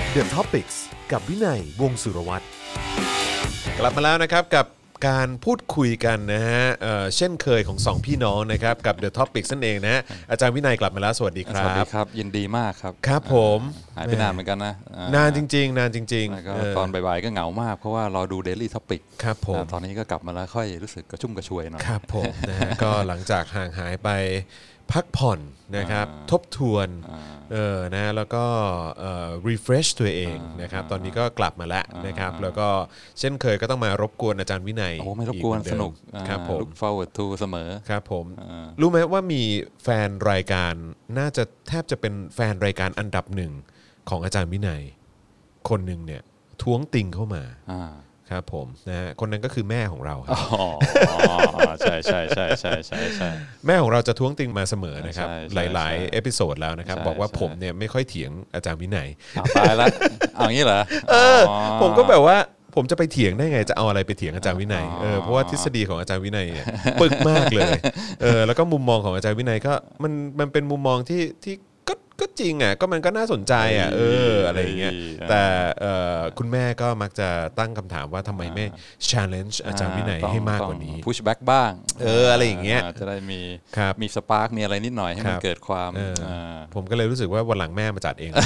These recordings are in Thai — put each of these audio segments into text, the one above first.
The Topics กับวินัย วงศ์สุรวัตรกลับมาแล้วนะครับกับการพูดคุยกันนะฮะเช่นเคยของ2พี่น้องนะครับกับ The Topics นั่นเองนะฮะอาจารย์วินัยกลับมาแล้วสวัสดีครับสวัสดีครับยินดีมากครับครับผมหายไปนานเหมือนกันนะนานจริงๆนานจริงๆแล้วก็ตอนบ่ายๆก็เหงามากเพราะว่ารอดู Daily Topic ครับผมตอนนี้ก็กลับมาแล้วค่อยรู้สึกกระชุ่มกระชวยหน่อยครับผมนะฮะก็หลังจากห่างหายไปพักผ่อนนะครับทบทวนนะแล้วก็refresh ตัวเองนะครับตอนนี้ก็กลับมาแล้วนะครับแล้วก็เช่นเคยก็ต้องมารบกวนอาจารย์วินัยโอ้ไม่รบกวนสนุกครับผม look forward to เสมอครับผมรู้ไหมว่ามีแฟนรายการน่าจะแทบจะเป็นแฟนรายการอันดับหนึ่งของอาจารย์วินัยคนหนึ่งเนี่ยท้วงติงเข้ามาครับผมนะฮะคนนั้นก็คือแม่ของเราครับอ๋อใช่ใช่ใช่ใช่ใช่ใช่แม่ของเราจะท้วงติงมาเสมอนะครับหลายๆเอพิโซดแล้วนะครับบอกว่าผมเนี่ยไม่ค่อยเถียงอาจารย์วินัยตายแล้วเอางี้เหรอผมก็แบบว่าผมจะไปเถียงได้ไงจะเอาอะไรไปเถียงอาจารย์วินัยเพราะว่าทฤษฎีของอาจารย์วินัยเนี่ยปึกมากเลยแล้วก็มุมมองของอาจารย์วินัยก็มันเป็นมุมมองที่ก็จริงอ่ะก็มันก็น่าสนใจอ่ะอะไรอย่างเงี้ยแต่คุณแม่ก็มักจะตั้งคำถามว่าทำไมไม่ challenge อาจารย์วินัยให้มากกว่านี้ push back บ้างอะไรอย่างเงี้ยจะได้มีสปาร์กมีอะไรนิดหน่อยให้มันเกิดความผมก็เลยรู้สึกว่าวันหลังแม่มาจัดเอง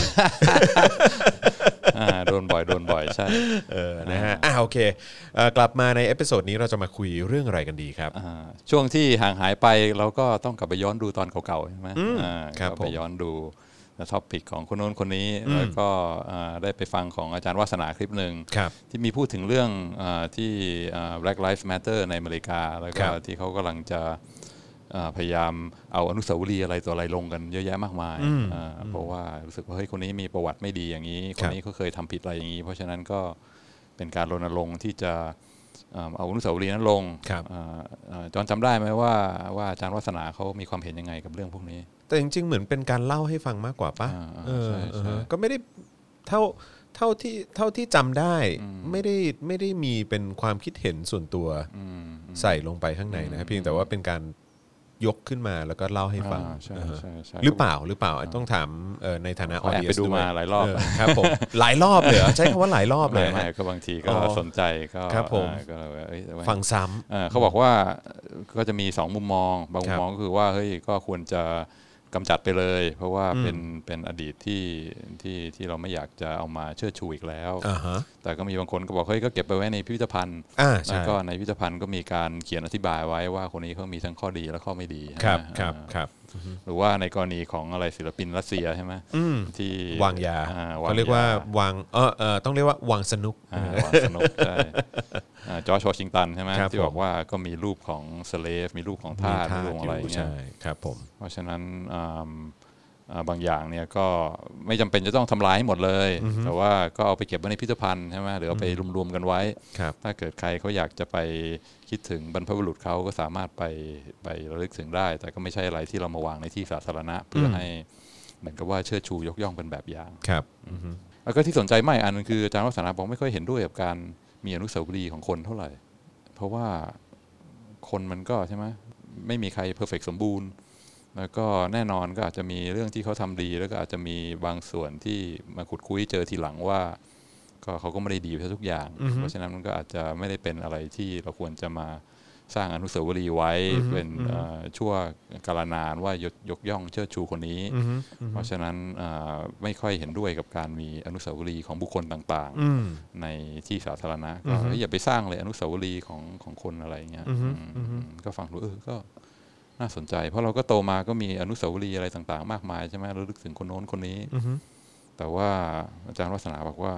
โดนบ่อยใช่นะฮะโอเคกลับมาในเอพิโซดนี้เราจะมาคุยเรื่องอะไรกันดีครับช่วงที่ห่างหายไปเราก็ต้องกลับไปย้อนดูตอนเก่าๆใช่ไหมครับไปย้อนดูท็อปิกของคนโน้นคนนี้แล้วก็ได้ไปฟังของอาจารย์วาสนาคลิปหนึ่งที่มีพูดถึงเรื่องที่ Black Lives Matter ในอเมริกาแล้วก็ที่เขากำลังจะพยายามเอาอนุสาวรีย์อะไรตัวอะไรลงกันเยอะแยะมากมายเพราะว่ารู้สึกว่าเฮ้ยคนนี้มีประวัติไม่ดีอย่างนี้คนนี้เขาเคยทำผิดอะไรอย่างนี้เพราะฉะนั้นก็เป็นการรณรงค์ที่จะเอาอนุสาวรีย์นั้นลงจอนจำได้ไหมว่าอาจารย์วาสนาเขามีความเห็นยังไงกับเรื่องพวกนี้แต่จริงๆเหมือนเป็นการเล่าให้ฟังมากกว่าป่ะก็ไม่ได้เท่าที่จำได้ไม่ได้มีเป็นความคิดเห็นส่วนตัวใส่ลงไปข้างในนะเพียงแต่ว่าเป็นการยกขึ้นมาแล้วก็เล่าให้ฟังหรือเปล่าต้องถามในฐานะออเดียส์ด้วยหลายรอบครับผมหลายรอบเลยใช้คำว่าหลายรอบเลยก็บางทีก็สนใจก็ฟังซ้ำเขาบอกว่าก็จะมี2มุมมองบางมุมมองก็คือว่าเฮ้ยก็ควรจะกำจัดไปเลยเพราะว่าเป็นอดีตที่เราไม่อยากจะเอามาเชิดชูอีกแล้วแต่ก็มีบางคนก็บอกเฮ้ยก็เก็บไปไว้ในพิพิธภัณฑ์แล้วก็ในพิพิธภัณฑ์ก็มีการเขียนอธิบายไว้ว่าคนนี้เขามีทั้งข้อดีและข้อไม่ดีครับหรือว่าในกรณีของอะไรศิลปินรัสเซียใช่ไหมที่วางยาเขาเรียกว่าวางต้องเรียกว่าวางสนุกใช่จอร์จ วอชิงตันใช่ไหมที่บอกว่าก็มีรูปของสเลฟมีรูปของทาสรูปอะไรเงี้ยครับผมเพราะฉะนั้นบางอย่างเนี่ยก็ไม่จำเป็นจะต้องทำลายให้หมดเลยแต่ว่าก็เอาไปเก็บไว้ในพิพิธภัณฑ์ใช่ไหมหรือเอาไปรวมๆกันไว้ถ้าเกิดใครเขาอยากจะไปคิดถึงบรรพบุรุษเขาก็สามารถไประลึกถึงได้แต่ก็ไม่ใช่อะไรที่เรามาวางในที่สาธารณะเพื่อให้เหมือนกับว่าเชิดชูยกย่องเป็นแบบอย่างครับแล้วก็ที่สนใจมากอันนึงคืออาจารย์วาสนาบอกไม่ค่อยเห็นด้วยกับการมีอนุสาวรีย์ของคนเท่าไหร่เพราะว่าคนมันก็ใช่ไหมไม่มีใครเพอร์เฟกต์สมบูรณ์แล้วก็แน่นอนก็อาจจะมีเรื่องที่เขาทำดีแล้วก็อาจจะมีบางส่วนที่มาขุดคุยเจอทีหลังว่าก็เขาก็ไม่ได้ดีทุกอย่างเพราะฉะนั้นมันก็อาจจะไม่ได้เป็นอะไรที่เราควรจะมาสร้างอนุสาวรีย์ไว้เป็นชั่วกาลนานว่ายกย่องเชิดชูคนนี้เพราะฉะนั้นไม่ค่อยเห็นด้วยกับการมีอนุสาวรีย์ของบุคคลต่างๆในที่สาธารณะก็อย่าไปสร้างเลยอนุสาวรีย์ของคนอะไรเงี้ยก็ฟังดูก็น่าสนใจเพราะเราก็โตมาก็มีอนุสาวรีย์อะไรต่างๆมากมายใช่ไหมระลึกถึงคนโน้นคนนี้แต่ว่าอาจารย์วาสนาบอกว่า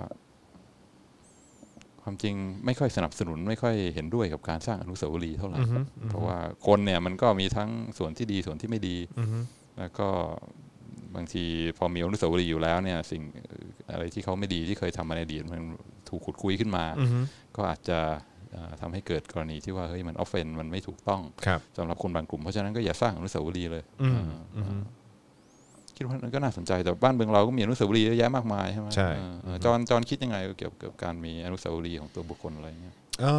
ความจริงไม่ค่อยสนับสนุนไม่ค่อยเห็นด้วยกับการสร้างอนุสาวรีย์เท่าไหร่เพราะว่าคนเนี่ยมันก็มีทั้งส่วนที่ดีส่วนที่ไม่ดีแล้วก็บางทีพอมีอนุสาวรีย์อยู่แล้วเนี่ยสิ่งอะไรที่เขาไม่ดีที่เคยทำมาในอดีตมันถูกขุดคุยขึ้นมาก็อาจจะทำให้เกิดกรณีที่ว่าเฮ้ยมันออฟเฟนมันไม่ถูกต้องสำหรับคนบางกลุ่มเพราะฉะนั้นก็อย่าสร้างอนุสาวรีย์เลยคิดว่าก็น่าสนใจแต่บ้านเมืองเราก็มีอนุสาวรีย์เยอะแยะมากมายใช่ไหมใช่จอนคิดยังไงเกี่ยวกับการมีอนุสาวรีย์ของตัวบุคคลอะไรเงี้ย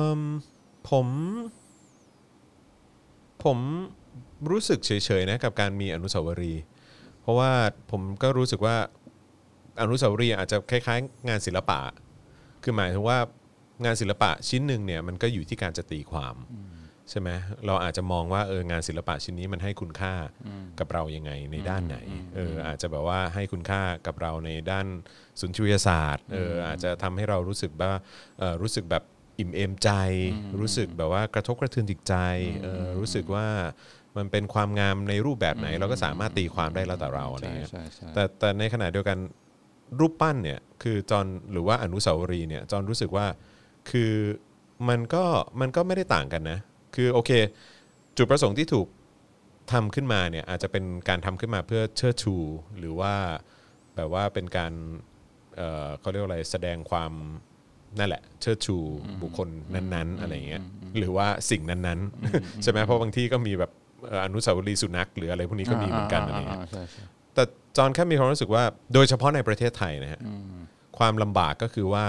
ผมรู้สึกเฉยๆนะกับการมีอนุสาวรีย์เพราะว่าผมก็รู้สึกว่าอนุสาวรีย์อาจจะคล้ายๆงานศิลปะคือหมายถึงว่างานศิลปะชิ้นหนึ่งเนี่ยมันก็อยู่ที่การจะตีความใช่ไหมเราอาจจะมองว่างานศิลปะชิ้นนี้มันให้คุณค่ากับเรายังไงในด้านไหนอาจจะแบบว่าให้คุณค่ากับเราในด้านสุนทรียศาสตร์อาจจะทำให้เรารู้สึกว่ารู้สึกแบบอิ่มเอมใจรู้สึกแบบว่ากระทบกระเทือนจิตใจรู้สึกว่ามันเป็นความงามในรูปแบบไหนเราก็สามารถตีความได้แล้วแต่เราอะไรเงี้ยแต่ในขณะเดียวกันรูปปั้นเนี่ยคือจอนหรือว่าอนุสาวรีย์เนี่ยจอนรู้สึกว่าคือมันก็ไม่ได้ต่างกันนะคือโอเคจุดประสงค์ที่ถูกทำขึ้นมาเนี่ยอาจจะเป็นการทำขึ้นมาเพื่อเชิดชูหรือว่าแบบว่าเป็นการเขาเรียกว่าอะไรแสดงความนั่นแหละเชิดชูบุคคลนั้นๆอะไรเงี้ยหรือว่าสิ่งนั้นๆใช่ไหมเพราะบางที่ก็มีแบบอนุสาวรีย์สุนัขหรืออะไรพวกนี้ก็มีเหมือนกันอะไรเงี้ยแต่จอนแค่มีความรู้สึกว่าโดยเฉพาะในประเทศไทยนะฮะความลำบากก็คือว่า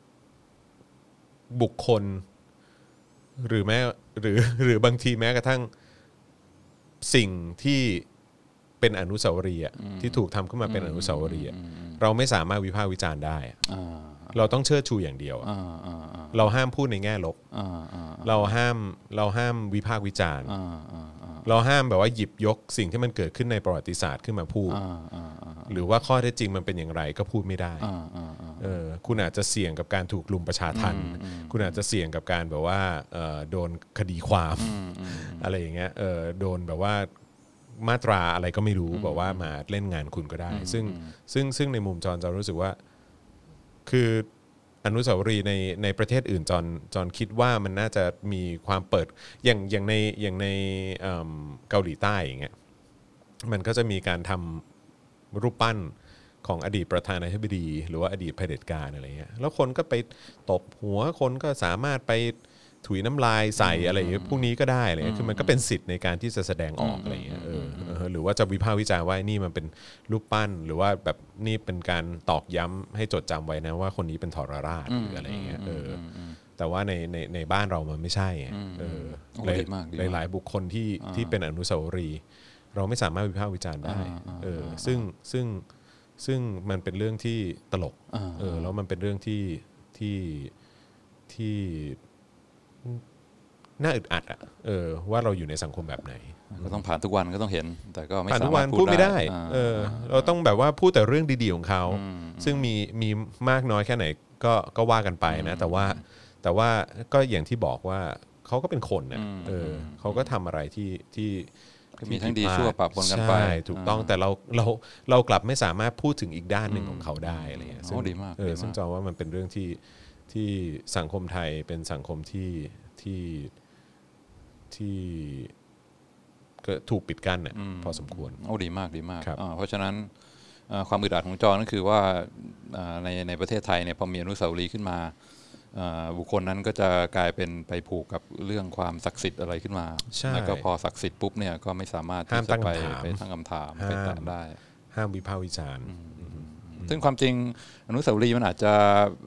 บุคคลหรือแม้หรือบางทีแม้กระทั่งสิ่งที่เป็นอนุสาวรีย์ที่ถูกทำขึ้นมาเป็นอนุสาวรีย์เราไม่สามารถวิพากษ์วิจารณ์ได้เราต้องเชิดชูอย่างเดียวเราห้ามพูดในแง่ลบเราห้ามวิพากษ์วิจารณ์เราห้ามแบบว่าหยิบยกสิ่งที่มันเกิดขึ้นในประวัติศาสตร์ขึ้นมาพูดหรือว่าข้อเท็จจริงมันเป็นอย่างไรก็พูดไม่ได้คุณอาจจะเสี่ยงกับการถูกลุมประชาทัณฑ์คุณอาจจะเสี่ยงกับการแบบว่าโดนคดีความอะไรอย่างเงี้ยโดนแบบว่ามาตราอะไรก็ไม่รู้แบบว่ามาเล่นงานคุณก็ได้ซึ่งในมุมจอนรู้สึกว่าคืออนุสาวรีย์ในประเทศอื่นจอนคิดว่ามันน่าจะมีความเปิดอย่างในเกาหลีใต้อย่างเงี้ยมันก็จะมีการทำรูปปั้นของอดีตประธานาธิบดีหรือว่าอดีตเผด็จการอะไรเงี้ยแล้วคนก็ไปตบหัวคนก็สามารถไปถุยน้ำลายใส่อะไรอย่างเงี้ยพวกนี้ก็ได้อะไรเงี้ยคือมันก็เป็นสิทธิ์ในการที่จะแสดงออกอะไรเงี้ยหรือว่าจะวิพากษ์วิจารณ์ว่านี่มันเป็นรูปปั้นหรือว่าแบบนี่เป็นการตอกย้ำให้จดจำไว้นะว่าคนนี้เป็นทรราชหรืออะไรเงี้ยแต่ว่าในบ้านเรามันไม่ใช่หลายบุคคลที่เป็นอนุสาวรีย์เราไม่สามารถวิพากษ์วิจารณ์ได้ซึ่งมันเป็นเรื่องที่ตลกแล้วมันเป็นเรื่องที่น่าอึดอัดว่าเราอยู่ในสังคมแบบไหนก็ต้องผ่านทุกวันก็ต้องเห็นแต่ก็ไม่สามารถพูดไม่ได้เราต้องแบบว่าพูดแต่เรื่องดีๆของเขาซึ่งมีมากน้อยแค่ไหนก็ว่ากันไปนะแต่ว่าก็อย่างที่บอกว่าเขาก็เป็นคนนะเขาก็ทำอะไรที่มีทั้งดีชั่วปะปนกันไปใช่ถูกต้องแต่เรากลับไม่สามารถพูดถึงอีกด้านหนึ่งของเขาได้อะไรเงี้ยดีมากซึ่งจอว่ามันเป็นเรื่องที่สังคมไทยเป็นสังคมที่ก็ถูกปิดกั้นน่ะพอสมควรดีมากเพราะฉะนั้นความอึดอัดของจอนั่นคือว่าในประเทศไทยเนี่ยพอมีอนุสาวรีย์ขึ้นมาบุคคลนั้นก็จะกลายเป็นไปผูกกับเรื่องความศักดิ์สิทธิ์อะไรขึ้นมาแล้วก็พอศักดิ์สิทธิ์ปุ๊บเนี่ยก็ไม่สามารถที่จะไปตั้งคำถามไปแตะได้ห้ามวิพากษ์วิจารณ์ซึ่งความจริงอนุสาวรีย์มันอาจจะ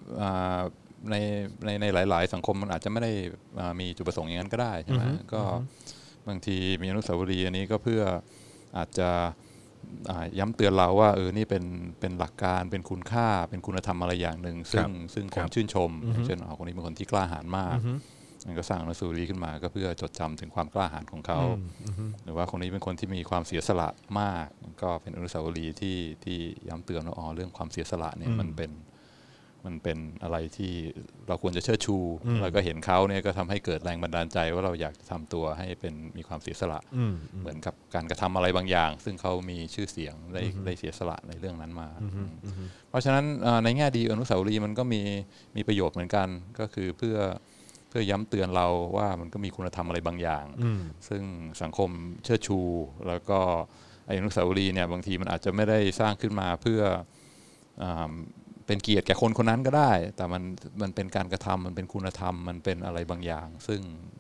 ในหลายๆสังคมมันอาจจะไม่ได้มีจุดประสงค์อย่างนั้นก็ได้ใช่ไหมก็บางทีมีอนุสาวรีย์อันนี้ก็เพื่ออาจจะย้ำเตือนเราว่านี่เป็นหลักการเป็นคุณค่าเป็นคุณธรรมอะไรอย่างหนึ่งซึ่งคนชื่นชมเช่นคนนี้เป็นคนที่กล้าหาญมากมันก็สร้างอนุสาวรีย์ขึ้นมาก็เพื่อจดจำถึงความกล้าหาญของเขาหรือว่าคนนี้เป็นคนที่มีความเสียสละมากก็เป็นอนุสาวรีย์ที่ย้ำเตือนว่าเรื่องความเสียสละเนี่ยมันเป็นอะไรที่เราควรจะเชิดชูแล้วก็เห็นเขาเนี่ยก็ทำให้เกิดแรงบันดาลใจว่าเราอยากจะทำตัวให้เป็นมีความเสียสละเหมือนกับการกระทำอะไรบางอย่างซึ่งเขามีชื่อเสียงได้เสียสละในเรื่องนั้นมาเพราะฉะนั้นในแง่ดีอนุสาวรีย์มันก็มีประโยชน์เหมือนกันก็คือเพื่อย้ำเตือนเราว่ามันก็มีคุณธรรมอะไรบางอย่างซึ่งสังคมเชิดชูแล้วก็อนุสาวรีย์เนี่ยบางทีมันอาจจะไม่ได้สร้างขึ้นมาเพื่อเป็นเกียรติแก่คนคนนั้นก็ได้แต่มันเป็นการกระทำมันเป็นคุณธรรมมันเป็นอะไรบางอย่างซึ่ง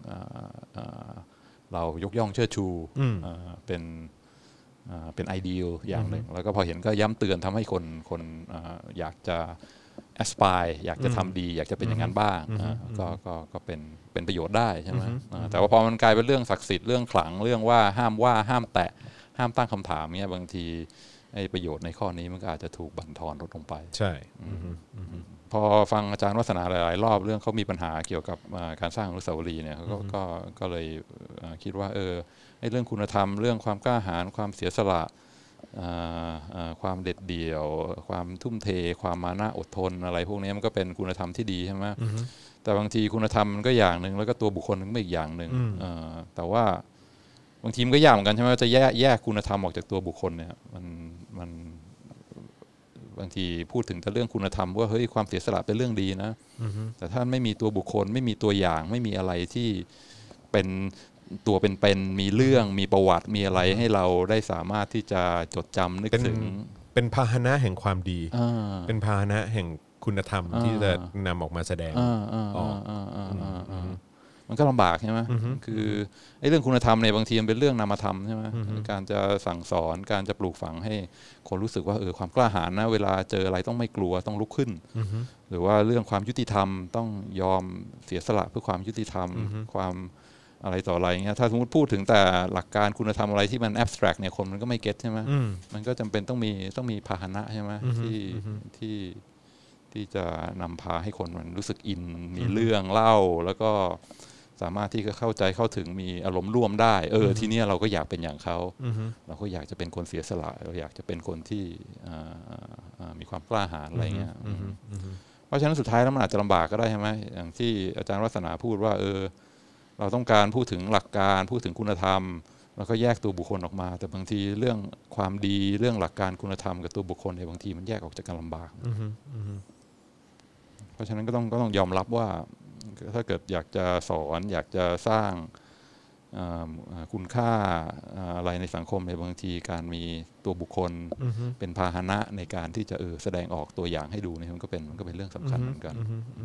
เรายกย่องเชิดชูเป็นไอเดียอย่างหนึ่งแล้วก็พอเห็นก็ย้ำเตือนทำให้คนอยากจะaspire อยากจะทำดีอยากจะเป็นอย่างนั้นบ้างก็เป็นประโยชน์ได้ใช่ไหมแต่ว่าพอมันกลายเป็นเรื่องศักดิ์สิทธิ์เรื่องขลังเรื่องว่าห้ามแตะห้ามตั้งคำถามเนี่ยบางทีไอ้ประโยชน์ในข้อนี้มันก็อาจจะถูกบั่นทอนลดลงไปใช่พอฟังอาจารย์วัฒนาหลายๆรอบเรื่องเขามีปัญหาเกี่ยวกับการสร้างอนุสาวรีย์เนี่ยเขาก็เลยคิดว่าไอ้เรื่องคุณธรรมเรื่องความกล้าหาญความเสียสละความเด็ดเดี่ยวความทุ่มเทความมานะอดทนอะไรพวกนี้มันก็เป็นคุณธรรมที่ดีใช่ไหมแต่บางทีคุณธรรมมันก็อย่างหนึ่งแล้วก็ตัวบุคคลมันก็อีกอย่างหนึ่งแต่ว่าบางทีมันก็ยากเหมือนกันใช่ไหมจะแยกคุณธรรมออกจากตัวบุคคลเนี่ยมันบางทีพูดถึงแต่เรื่องคุณธรรมว่าเฮ้ยความเสียสละเป็นเรื่องดีนะแต่ถ้าไม่มีตัวบุคคลไม่มีตัวอย่างไม่มีอะไรที่เป็นตัวเป็นมีเรื่องมีประวัติมีอะไรให้เราได้สามารถที่จะจดจำนึกถึงเป็นพาหนะแห่งความดีเป็นพาหนะแห่งคุณธรรมที่จะนำออกมาแสดงออกมันก็ลำบากใช่ไหมคือไอ้เรื่องคุณธรรมเนี่ยบางทีมันเป็นเรื่องนามธรรมใช่ไหมการจะสั่งสอนการจะปลูกฝังให้คนรู้สึกว่าความกล้าหาญนะเวลาเจออะไรต้องไม่กลัวต้องลุกขึ้นหรือว่าเรื่องความยุติธรรมต้องยอมเสียสละเพื่อความยุติธรรมความอะไรต่ออะไรเงี้ยถ้าสมมติพูดถึงแต่หลักการคุณธรรมอะไรที่มันแอบสแตรกเนี่ยคนมันก็ไม่เก็ตใช่ไหมมันก็จำเป็นต้องมีพาหนะใช่ไหมที่จะนำพาให้คนมันรู้สึกอินมีเรื่องเล่าแล้วก็สามารถที่จะเข้าใจเข้าถึงมีอารมณ์ร่วมได้ทีนี้เราก็อยากเป็นอย่างเขาเราก็อยากจะเป็นคนเสียสละเราอยากจะเป็นคนที่มีความกล้าหาญอะไรเงี้ยเพราะฉะนั้นสุดท้ายแล้วมันอาจจะลำบากก็ได้ใช่ไหมอย่างที่อาจารย์วัฒนาพูดว่าเราต้องการพูดถึงหลักการพูดถึงคุณธรรมแล้วก็แยกตัวบุคคลออกมาแต่บางทีเรื่องความดีเรื่องหลักการคุณธรรมกับตัวบุคคลในบางทีมันแยกออกจากกันลำบากเพราะฉะนั้นก็ต้องยอมรับว่าถ้าเกิดอยากจะสอนอยากจะสร้างคุณค่าอะไรในสังคมในบางทีการมีตัวบุคคลเป็นพาหนะในการที่จะแสดงออกตัวอย่างให้ดูนี่มันก็เป็นเรื่องสำคัญเหมือนกัน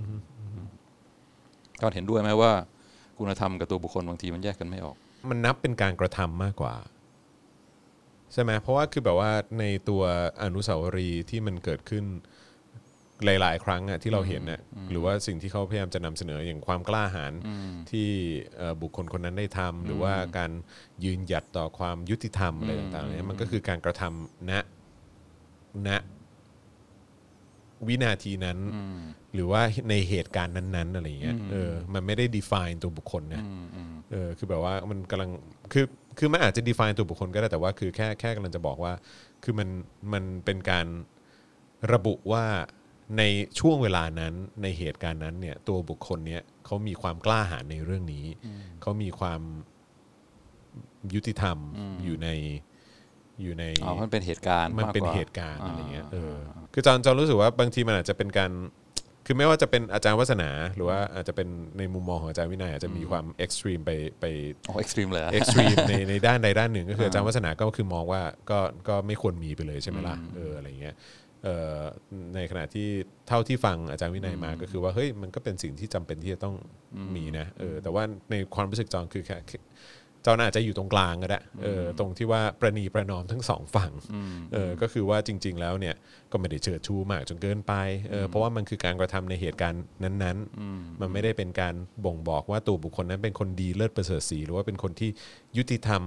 ก็เห็นด้วยไหมว่าคุณธรรมกับตัวบุคคลบางทีมันแยกกันไม่ออกมันนับเป็นการกระทำมากกว่าใช่ไหมเพราะว่าคือแบบว่าในตัวอนุสาวรีย์ที่มันเกิดขึ้นหลายๆครั้งอะที่เราเห็นน่ะหรือว่าสิ่งที่เขาพยายามจะนำเสนออย่างความกล้าหาญที่บุคคลคนนั้นได้ทำหรือว่าการยืนหยัดต่อความยุติธรรมอะไรต่างๆเนี่ยมันก็คือการกระทำณวินาทีนั้นหรือว่าในเหตุการณ์นั้นๆอะไรเงี้ยมันไม่ได้ define ตัวบุคคลนะคือแบบว่ามันกำลังคือมันอาจจะ define ตัวบุคคลก็ได้แต่ว่าคือแค่กำลังจะบอกว่าคือมันเป็นการระบุว่าในช่วงเวลานั้นในเหตุการณ์นั้นเนี่ยตัวบุคคลเนี้ยเขามีความกล้าหาญในเรื่องนี้เขามีความยุติธรรมอยู่ในมันเป็นเหตุการณ์มันเป็นเหตุการณ์อะไรเงี้ยคือจอนรู้สึกว่าบางทีมันอาจจะเป็นการคือไม่ว่าจะเป็นอาจารย์วัฒนาหรือว่าอาจจะเป็นในมุมมองของอาจารย์วินัยอาจจะมีความเอ็กซ์ตรีมไปเอ็กซ์ตรีมเลยเอ็กซ์ตรีมในด้านใดด้านหนึ่งก็คืออาจารย์วัฒนาก็คือมองว่าก็ไม่ควรมีไปเลยใช่ไหมล่ะอะไรเงี้ยในขณะที่เท่าที่ฟังอาจารย์วินัยมาก็คือว่าเฮ้ยมันก็เป็นสิ่งที่จำเป็นที่จะต้องมีนะแต่ว่าในความรู้สึกจอนคือแค่จอนอาจจะอยู่ตรงกลางก็ได้ตรงที่ว่าประนีประนอมทั้งสองฝั่งก็คือว่าจริงๆแล้วเนี่ยก็ไม่ได้เชิดชูมากจนเกินไปเพราะว่ามันคือการกระทำในเหตุการณ์นั้นๆมันไม่ได้เป็นการบ่งบอกว่าตัวบุคคลนั้นเป็นคนดีเลิศประเสริฐศรีหรือว่าเป็นคนที่ยุติธรรม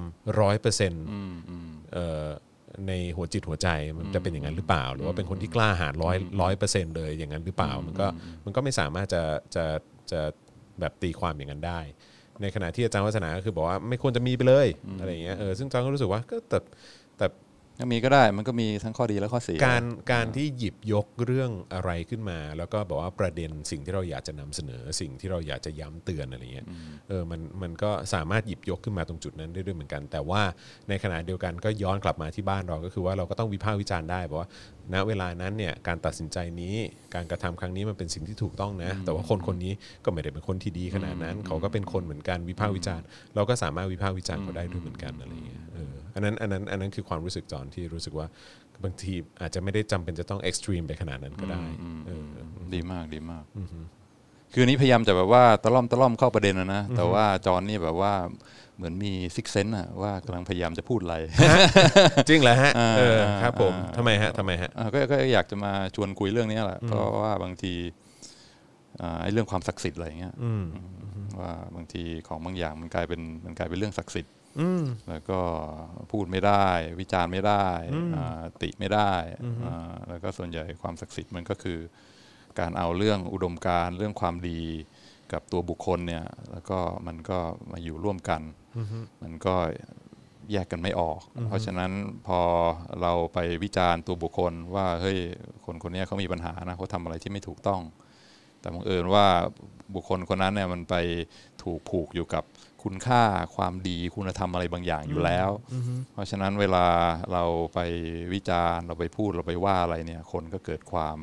100%ในหัวจิตหัวใจมันจะเป็นอย่างนั้นหรือเปล่าหรือว่าเป็นคนที่กล้าหาญ100%เลยอย่างนั้นหรือเปล่ามันก็ไม่สามารถจะแบบตีความอย่างนั้นได้ในขณะที่อาจารย์วัฒนาก็คือบอกว่าไม่ควรจะมีไปเลยอะไรอย่างเงี้ยซึ่งจอนก็รู้สึกว่าก็แต่ก็มีก็ได้มันก็มีทั้งข้อดีและข้อเสียการที่หยิบยกเรื่องอะไรขึ้นมาแล้วก็บอกว่าประเด็นสิ่งที่เราอยากจะนำเสนอสิ่งที่เราอยากจะย้ำเตือนอะไรเงี้ยมันก็สามารถหยิบยกขึ้นมาตรงจุดนั้นได้ด้วยเหมือนกันแต่ว่าในขณะเดียวกันก็ย้อนกลับมาที่บ้านเราก็คือว่าเราก็ต้องวิพากษ์วิจารณ์ได้บอกว่าณเวลานั้นเนี่ยการตัดสินใจนี้การกระทำครั้งนี้มันเป็นสิ่งที่ถูกต้องนะแต่ว่าคนนี้ก็ไม่ได้เป็นคนที่ดีขนาดนั้นเขาก็เป็นคนเหมือนกันวิพากษ์วิจารณ์เราก็สามารถวิพากษ์วิจารณ์เขาได้ด้วยเหมือนกันอะไรเงี้ยอันนั้นคือความรู้สึกจอนที่รู้สึกว่าบางทีอาจจะไม่ได้จำเป็นจะต้องเอ็กซ์ตรีมไปขนาดนั้นก็ได้ดีมากคืออันนี้พยายามจะแบบว่าตะล่อมเข้าประเด็นนะแต่ว่าจอนนี่แบบว่าเหมือนมีซิกเซนส์อะว่ากำลังพยายามจะพูดอะไรจริงเหรอฮะครับผมทำไมฮะก็อยากจะมาชวนคุยเรื่องนี้แหละเพราะว่าบางทีไอ้เรื่องความศักดิ์สิทธิ์อะไรอย่างเงี้ยว่าบางทีของบางอย่างมันกลายเป็นเรื่องศักดิ์สิทธิ์แล้วก็พูดไม่ได้วิจารณ์ไม่ได้ติไม่ได้แล้วก็ส่วนใหญ่ความศักดิ์สิทธิ์มันก็คือการเอาเรื่องอุดมการณ์เรื่องความดีกับตัวบุคคลเนี่ยแล้วก็มันก็มาอยู่ร่วมกันมันก็แยกกันไม่ออกเพราะฉะนั้นพอเราไปวิจารณ์ตัวบุคคลว่าเฮ้ยคนคนนี้เขามีปัญหานะเขาทำอะไรที่ไม่ถูกต้องแต่บังเอิญว่าบุคคลคนนั้นเนี่ยมันไปถูกผูกอยู่กับคุณค่าความดีคุณธรรมอะไรบางอย่างอยู่แล้วเพราะฉะนั้นเวลาเราไปวิจารณ์เราไปพูดเราไปว่าอะไรเนี่ยคนก็เกิดความ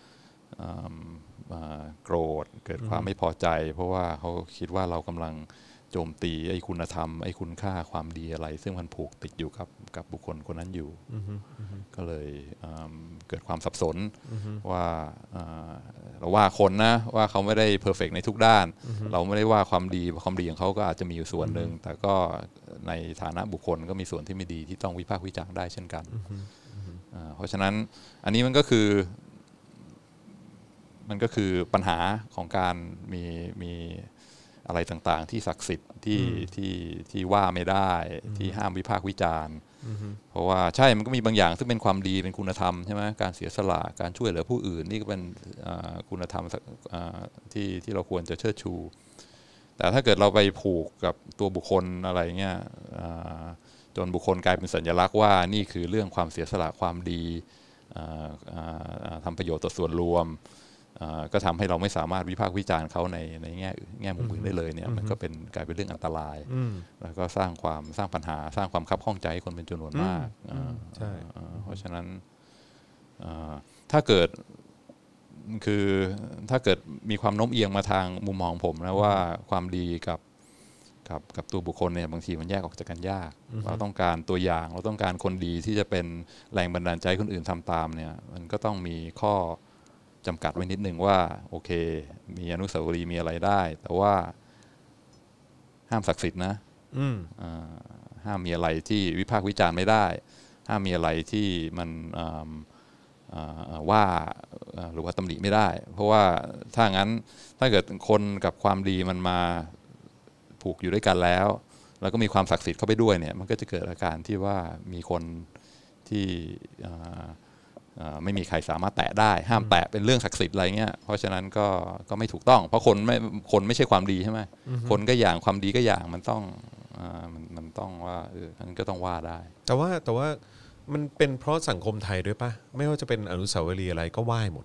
โกรธเกิดความไม่พอใจเพราะว่าเขาคิดว่าเรากำลังโจมตีไอ้คุณธรรมไอ้คุณค่าความดีอะไรซึ่งมันผูกติดอยู่กับบุคคลคนนั้นอยู่ก็เลยเกิดความสับสนว่าเราว่าคนนะว่าเขาไม่ได้เพอร์เฟกต์ในทุกด้านเราไม่ได้ว่าความดีของเขาก็อาจจะมีอยู่ส่วนหนึ่งแต่ก็ในฐานะบุคคลก็มีส่วนที่ไม่ดีที่ต้องวิพากษ์วิจารณ์ได้เช่นกันเพราะฉะนั้นอันนี้มันก็คือปัญหาของการมีอะไรต่างๆที่ศักดิ์สิทธิ์ที่ว่าไม่ได้ที่ห้ามวิพากษ์วิจารณ์เพราะว่าใช่มันก็มีบางอย่างซึ่งเป็นความดีเป็นคุณธรรมใช่ไหมการเสียสละการช่วยเหลือผู้อื่นนี่ก็เป็นคุณธรรมที่เราควรจะเชิดชูแต่ถ้าเกิดเราไปผูกกับตัวบุคคลอะไรเงี้ยจนบุคคลกลายเป็นสัญลักษณ์ว่านี่คือเรื่องความเสียสละความดีทำประโยชน์ต่อส่วนรวมก็ทำให้เราไม่สามารถวิพากษ์วิจารณ์เขาในแง่มุมอื่นได้เลยเนี่ยมันก็กลายเป็นเรื่องอันตรายแล้วก็สร้างปัญหาสร้างความคับข้องใจให้คนเป็นจำนวนมากเพราะฉะนั้นถ้าเกิดมีความโน้มเอียงมาทางมุมมองผมนะว่าความดีกับตัวบุคคลเนี่ยบางทีมันแยกออกจากกันยากเราต้องการตัวอย่างเราต้องการคนดีที่จะเป็นแรงบันดาลใจคนอื่นทำตามเนี่ยมันก็ต้องมีข้อจำกัดไว้นิดนึงว่าโอเคมีอนุสาวรีย์มีอะไรได้แต่ว่าห้ามศักดิ์สิทธิ์นะห้ามมีอะไรที่วิพากษ์วิจารณ์ไม่ได้ห้ามมีอะไรที่มันว่าหรือว่าตำหนิไม่ได้เพราะว่าถ้างั้นถ้าเกิดคนกับความดีมันมาผูกอยู่ด้วยกันแล้วก็มีความศักดิ์สิทธิ์เข้าไปด้วยเนี่ยมันก็จะเกิดอาการที่ว่ามีคนที่ไม่มีใครสามารถแตะได้ห้ามแตะเป็นเรื่องศักดิ์สิทธิ์อะไรเงี้ยเพราะฉะนั้นก็ไม่ถูกต้องเพราะคนไม่ใช่ความดีใช่ไหมคนก็อย่างความดีก็อย่างมันต้องว่าอันนั้นก็ต้องว่าได้แต่ว่ามันเป็นเพราะสังคมไทยด้วยป่ะไม่ว่าจะเป็นอนุสาวรีย์อะไรก็ไหว้หมด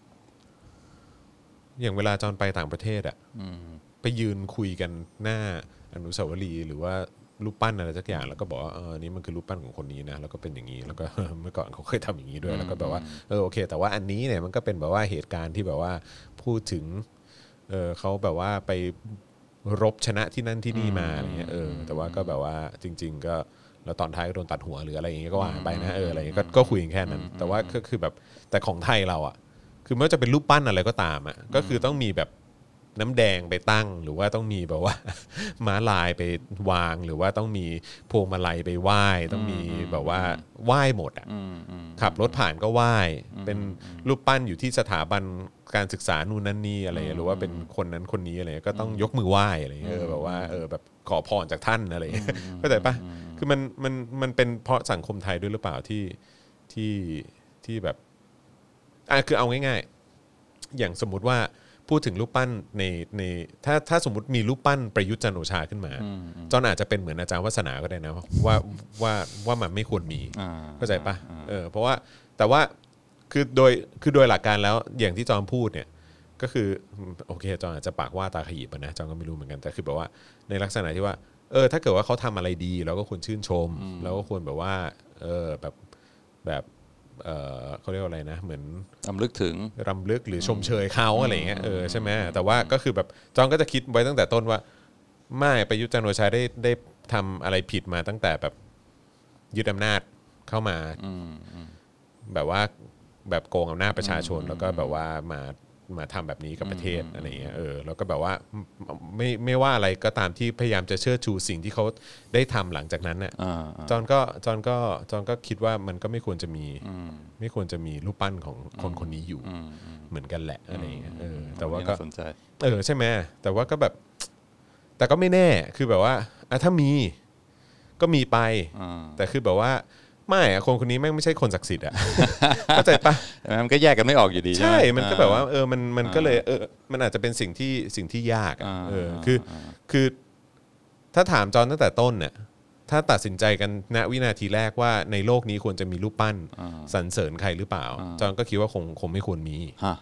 อย่างเวลาจอนไปต่างประเทศไปยืนคุยกันหน้าอนุสาวรีย์หรือว่ารูปปั้นอะไรสักอย่างแล้วก็บอกว่านี่มันคือรูปปั้นของคนนี้นะแล้วก็เป็นอย่างนี้แล้วก็ เมื่อก่อนเขาเคยทำอย่างนี้ด้วยแล้วก็แบบว่าโอเคแต่ว่าอันนี้เนี่ยมันก็เป็นแบบว่าเหตุการณ์ที่แบบว่าพูดถึงเขาแบบว่าไปรบชนะที่นั่นที่นี่มาอะไรเงี้ยแต่ว่าก็แบบว่าจริงๆก็แล้วตอนท้ายก็โดนตัดหัวหรืออะไรอย่างเงี้ยก็ว่าไปนะอะไรอย่างเงี้ยก็คุยกันแค่นั้นแต่ว่าก็คือแบบแต่ของไทยเราคือไม่ว่าจะเป็นรูปปั้นอะไรก็ตามก็คือต้องมีแบบน้ำแดงไปตั้งหรือว่าต้องมีแบบว่าม้าลายไปวางหรือว่าต้องมีพวงมาลัยไปไหว้ต้องมีแบบว่าไหว้หมดขับรถผ่านก็ไหว้เป็นรูปปั้นอยู่ที่สถาบันการศึกษานู่นนั่นนี่อะไรหรือว่าเป็นคนนั้นคนนี้อะไรก็ต้องยกมือไหว้อะไรแบบว่าแบบขอพรจากท่านอะไรเข้าใจปะคือมันเป็นเพราะสังคมไทยด้วยหรือเปล่าที่แบบคือเอาง่ายๆอย่างสมมุติว่าพูดถึงรูปปั้นในถ้าสมมติมีรูปปั้นประยุทธ์จันทร์โอชาขึ้นมาจอนอาจจะเป็นเหมือนอาจารย์วัฒนาก็ได้นะว่ามันไม่ควรมีเข้าใจปะเพราะว่าแต่ว่าคือโดยหลักการแล้วอย่างที่จอนพูดเนี่ยก็คือโอเคจอนอาจจะปากว่าตาขยิบนะจอนก็ไม่รู้เหมือนกันแต่คือแบบว่าในลักษณะที่ว่าถ้าเกิดว่าเขาทำอะไรดีเราก็ควรชื่นชมแล้วก็ควรแบบว่าแบบเขาเรียกว่าอะไรนะเหมือนรำลึกหรือชมเชยเขาอะไรอย่างเงี้ยใช่ไหมแต่ว่าก็คือแบบจอนก็จะคิดไว้ตั้งแต่ต้นว่าไม่ประยุทธ์จันทร์โอชาได้ทำอะไรผิดมาตั้งแต่แบบยึดอำนาจเข้ามาแบบว่าแบบโกงอำนาจประชาชนแล้วก็แบบว่ามาทำแบบนี้กับประเทศอะไรเงี้ยแล้วก็แบบว่าไม่ว่าอะไรก็ตามที่พยายามจะเชิดชูสิ่งที่เขาได้ทำหลังจากนั้นน่ะจอนก็คิดว่ามันก็ไม่ควรจะมีรูปปั้นของคนนี้อยู่เหมือนกันแหละอะไรเงี้ยแต่ว่าก็สนใจใช่ไหมแต่ว่าก็แบบแต่ก็ไม่แน่คือแบบว่าถ้ามีก็มีไปแต่คือแบบว่าไม่อะคนนี้แม่งไม่ใช่คนศักดิ์สิทธิ์อ่ะเข้าใจปะมันก็แยกกันไม่ออกอยู่ดีใช่มันก็แบบว่ามันก็เลยมันอาจจะเป็นสิ่งที่ยากอ่ะคือถ้าถามจอนตั้งแต่ต้นเนี่ยถ้าตัดสินใจกันณวินาทีแรกว่าในโลกนี้ควรจะมีรูปปั้นสรรเสริญใครหรือเปล่าจอนก็คิดว่าคงไม่ควรมี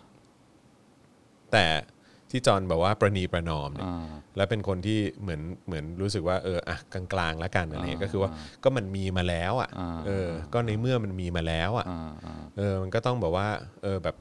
แต่ที่จอนแบบว่าประนีประนอมเนี่ยและเป็นคนที่เหมือนรู้สึกว่าอ่ะกลางๆแล้วกันอะไรก็คือว่าก็มันมีมาแล้วอ่ะก็ในเมื่อมันมีมาแล้วอ่ะมันก็ต้องแบบว่าแบบ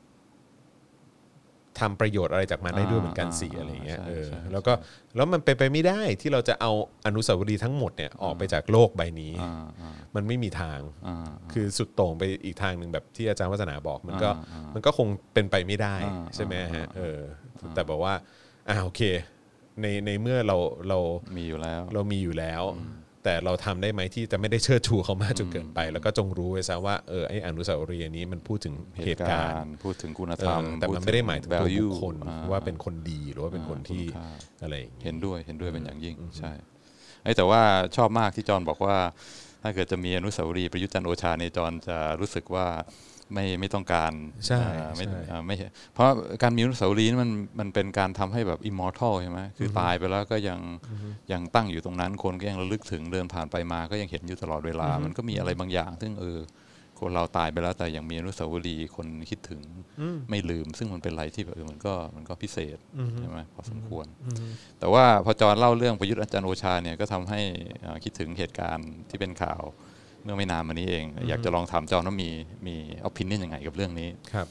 ทำประโยชน์อะไรจากมันได้ด้วยเหมือนกันสิอะไรเงี้ยแล้วมันเป็นไปไม่ได้ที่เราจะเอาอนุสาวรีย์ทั้งหมดเนี่ยออกไปจากโลกใบนี้มันไม่มีทางคือสุดโต่งไปอีกทางหนึ่งแบบที่อาจารย์วัฒนาบอกมันก็คงเป็นไปไม่ได้ใช่ไหมฮะแต่บอกว่าโอเคในเมื่อเรามีอยู่แล้วแต่เราทำได้ไหมที่จะไม่ได้เชิดชูเขามากจนเกินไปแล้วก็จงรู้ไว้ซะว่าไอ้อนุสาวรีย์นี้มันพูดถึงเหตุการณ์พูดถึงคุณธรรมแต่มันไม่ได้หมายถึงตัวบุคคลว่าเป็นคนดีหรือว่าเป็นคนที่อะไรเห็นด้วยเป็นอย่างยิ่งใช่แต่ว่าชอบมากที่จอนบอกว่าถ้าเกิดจะมีอนุสาวรีย์ประยุทธ์จันทร์โอชาในจอนจะรู้สึกว่าไม่ต้องการใช่ไม่เพราะการมีอนุสาวรีย์มันเป็นการทำให้แบบอิมมอร์ทัลใช่ไหมคือตายไปแล้วก็ยังตั้งอยู่ตรงนั้นคนก็ยังระลึกถึงเดินผ่านไปมาก็ยังเห็นอยู่ตลอดเวลามันก็มีอะไรบางอย่างซึ่งคนเราตายไปแล้วแต่ยังมีอนุสาวรีย์คนคิดถึงไม่ลืมซึ่งมันเป็นอะไรที่แบบมันก็พิเศษใช่ไหมพอสมควรแต่ว่าพอจอนเล่าเรื่องประยุทธ์จันทร์โอชาเนี่ยก็ทำให้คิดถึงเหตุการณ์ที่เป็นข่าวเมื่อไม่นานมานี้เองอยากจะลองถามจอนว่ามี opinion ยังไงกับเรื่องนี้ครับ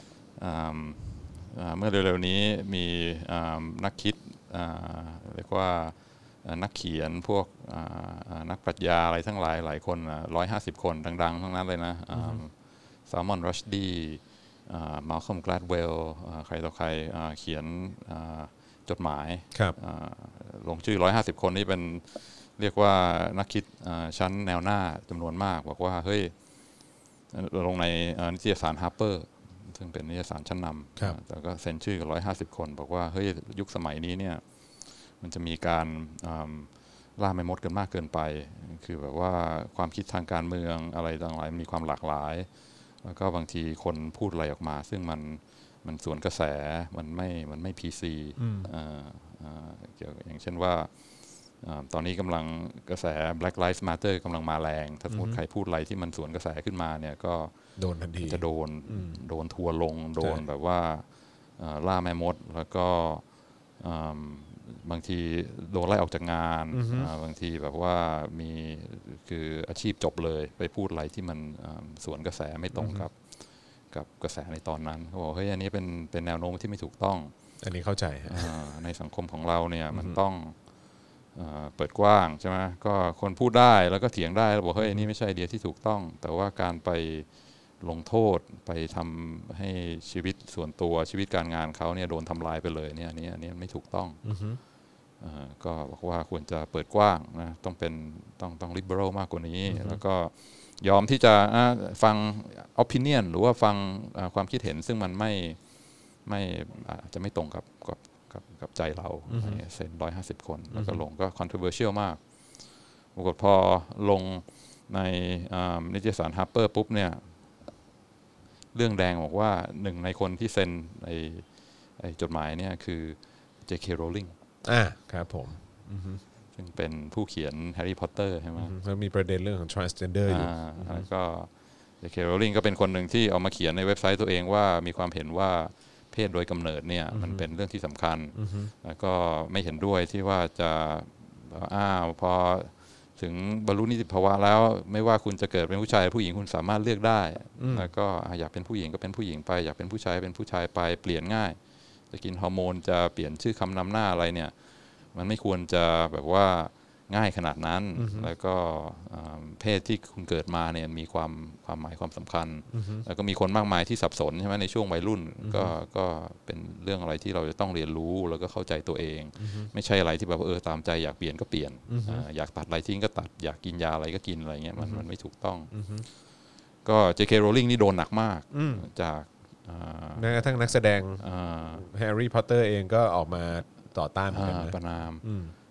เมื่อเร็วๆนี้มีนักคิดเรียกว่านักเขียนพวกนักปรัชญาอะไรทั้งหลายคน150 คนดังๆทั้งนั้นเลยนะซาลมอน รัชดีมาลคอม แกลดเวลใครต่อใครเขียนจดหมายลงชื่อ150 คนนี่เป็นเรียกว่านักคิดชั้นแนวหน้าจำนวนมากบอกว่าเฮ้ยลงในนิตยสาร Harper ซึ่งเป็นนิตยสารชั้นนำแต่ก็เซ็นชื่อกับ150 คนบอกว่าเฮ้ยยุคสมัยนี้เนี่ยมันจะมีการล่าแม่มดกันมากเกินไปคือแบบว่าความคิดทางการเมืองอะไรต่างๆมีความหลากหลายแล้วก็บางทีคนพูดอะไรออกมาซึ่งมันสวนกระแสมันไม่ PC เกี่ยวอย่างเช่นว่าตอนนี้กำลังกระแส Black Lives Matter กำลังมาแรงถ้าสมมติใครพูดอะไรที่มันสวนกระแสขึ้นมาเนี่ยก็โดนทันทีจะโดนทัวลงโดนแบบว่าล่าแม่มดแล้วก็บางทีโดนไล่ออกจากงานบางทีแบบว่ามีคืออาชีพจบเลยไปพูดอะไรที่มันสวนกระแสไม่ตรงกับกระแสในตอนนั้นเขาบอกเฮ้ยอันนี้เป็นแนวโน้มที่ไม่ถูกต้องอันนี้เข้าใจในสังคมของเราเนี่ยมันต้องเปิดกว้างใช่ไหมก็คนพูดได้แล้วก็เถียงได้แล้วบอกเฮ้ยนี่ไม่ใช่ไอเดียที่ถูกต้องแต่ว่าการไปลงโทษไปทำให้ชีวิตส่วนตัวชีวิตการงานเขาเนี่ยโดนทำลายไปเลยเนี่ยอันนี้ไม่ถูกต้องก็บอกว่าควรจะเปิดกว้างนะต้อง liberal มากกว่านี้แล้วก็ยอมที่จะฟัง opinion หรือว่าฟังความคิดเห็นซึ่งมันไม่อาจจะไม่ตรงกับใจเราเซ็น150 คนแล้วก็ลงก็ controversial มากปรากฏพอลงในนิตยสาร Harper ปุ๊บเนี่ยเรื่องแดงบอกว่าหนึ่งในคนที่เซ็นไอ้จดหมายเนี่ยคือ J.K. Rowling ครับผมซึ่งเป็นผู้เขียน Harry Potter ใช่ไหมแล้วมีประเด็นเรื่องของ transgender อยู่แล้วก็ J.K. Rowling ก็เป็นคนหนึ่งที่เอามาเขียนในเว็บไซต์ตัวเองว่ามีความเห็นว่าเพศโดยกำเนิดเนี่ยมันเป็นเรื่องที่สำคัญแล้วก็ไม่เห็นด้วยที่ว่าจะพอถึงบรรลุนิติภาวะแล้วไม่ว่าคุณจะเกิดเป็นผู้ชายผู้หญิงคุณสามารถเลือกได้แล้วก็อยากเป็นผู้หญิงก็เป็นผู้หญิงไปอยากเป็นผู้ชายเป็นผู้ชายไปเปลี่ยนง่ายจะกินฮอร์โมนจะเปลี่ยนชื่อคำนำหน้าอะไรเนี่ยมันไม่ควรจะแบบว่าง่ายขนาดนั้นแล้วก็เพศที่คุณเกิดมาเนี่ยมีความหมายความสำคัญแล้วก็มีคนมากมายที่สับสนใช่ไหมในช่วงวัยรุ่นก็เป็นเรื่องอะไรที่เราจะต้องเรียนรู้แล้วก็เข้าใจตัวเองไม่ใช่อะไรที่แบบตามใจอยากเปลี่ยนก็เปลี่ยนอยากตัดอะไรทิ้งก็ตัดอยากกินยาอะไรก็กินอะไรเงี้ยมันไม่ถูกต้องก็ J.K. Rowling นี่โดนหนักมากจากแม้กระทั่งนักแสดงแฮร์รี่พอตเตอร์เองก็ออกมาต่อต้านเหมือนกันประนาม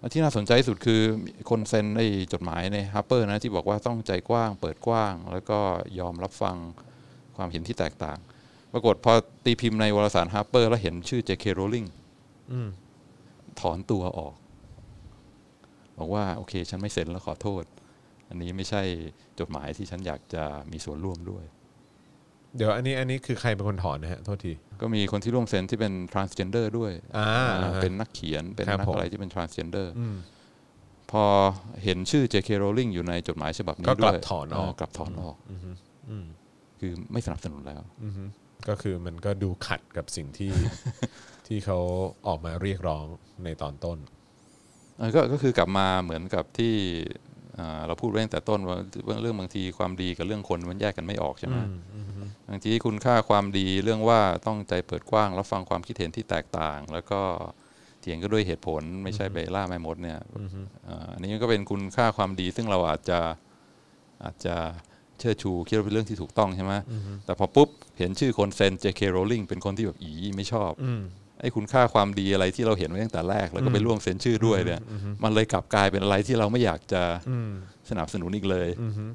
ที่น่าสนใจที่สุดคือคนเซ็นไอ้จดหมายในฮาร์เปอร์นะที่บอกว่าต้องใจกว้างเปิดกว้างแล้วก็ยอมรับฟังความเห็นที่แตกต่างปรากฏพอตีพิมพ์ในวารสารฮาร์เปอร์แล้วเห็นชื่อ J.K. Rowling ถอนตัวออกบอกว่าโอเคฉันไม่เซ็นแล้วขอโทษอันนี้ไม่ใช่จดหมายที่ฉันอยากจะมีส่วนร่วมด้วยเดี๋ยวอันนี้คือใครเป็นคนถอนนะฮะโทษทีก็มีคนที่ร่วมเซ็นที่เป็น transgender ด้วยเป็นนักเขียนเป็นนักอะไรที่เป็น transgender พอเห็นชื่อ J.K. Rowling อยู่ในจดหมายฉบับนี้ด้วยก็กลับถอนออกคือไม่สนับสนุนแล้วก็คือมันก็ดูขัดกับสิ่งที่ ที่เขาออกมาเรียกร้องในตอนต้นก็คือกลับมาเหมือนกับที่เราพูดไว้ตั้งแต่ต้นว่าเรื่องบางทีความดีกับเรื่องคนมันแยกกันไม่ออกใช่ไหมบางทีคุณค่าความดีเรื่องว่าต้องใจเปิดกว้างรับฟังความคิดเห็นที่แตกต่างแล้วก็เถียงก็ด้วยเหตุผลไม่ใช่ไปล่าแม่มดเนี่ยอันนี้ก็เป็นคุณค่าความดีซึ่งเราอาจจะเชิดชูคิดว่าเป็นเรื่องที่ถูกต้องใช่ไหมแต่พอปุ๊บเห็นชื่อคนเซ็น J.K. Rowling เป็นคนที่แบบไม่ชอบไอ้คุณค่าความดีอะไรที่เราเห็นไว้ตั้งแต่แรกแล้วก็ไปร่วมเซ็นชื่อด้วยเนี่ยมันเลยกลับกลายเป็นอะไรที่เราไม่อยากจะสนับสนุนอีกเลย